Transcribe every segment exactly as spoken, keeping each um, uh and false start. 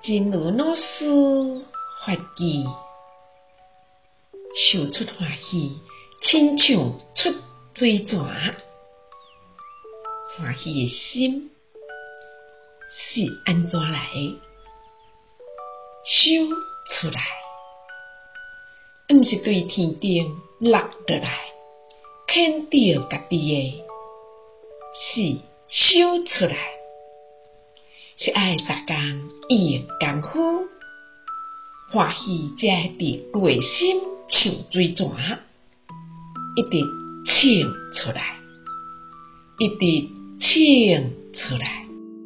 真如老师发记，修出欢喜，亲像出水泉。欢喜的心是安怎来的？修出来，毋是对天顶落落来，肯定家己的，是修出来，是爱逐工用功夫，欢喜才会伫内心像水泉，一直清出来，一直清出来。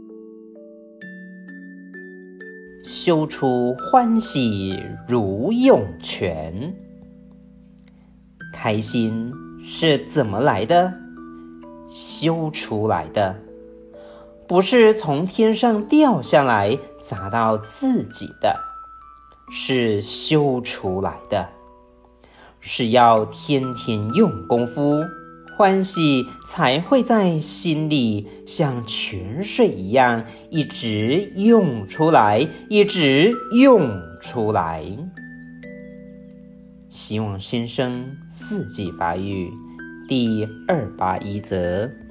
修出欢喜如涌泉。开心是怎么来的？修出来的，不是从天上掉下来砸到自己的，是修出来的，是要天天用功夫，欢喜才会在心里像泉水一样一直涌出来，一直涌出来。希望新生四季法语第二八一则。